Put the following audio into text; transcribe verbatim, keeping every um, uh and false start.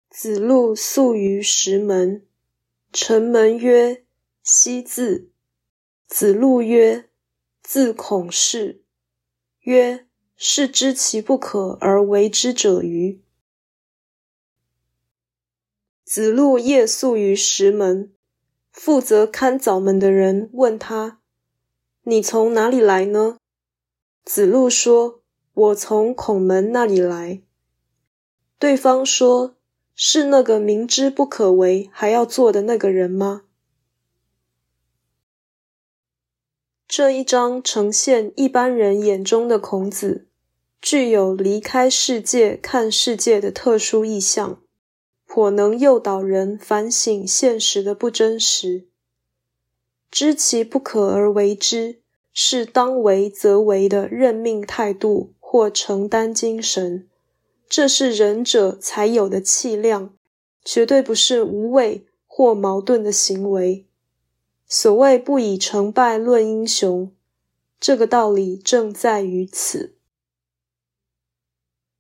子路宿于石门，城门曰：西自。子路曰：自恐事。曰：是知其不可而为之者欤？子路夜宿于石门，负责看早门的人问他：你从哪里来呢？子路说：我从孔门那里来。对方说：是那个明知不可为还要做的那个人吗？这一章呈现一般人眼中的孔子，具有离开世界看世界的特殊意象，颇能诱导人反省现实的不真实。知其不可而为之，是当为则为的认命态度或承担精神，这是仁者才有的气量，绝对不是无谓或矛盾的行为。所谓不以成败论英雄，这个道理正在于此。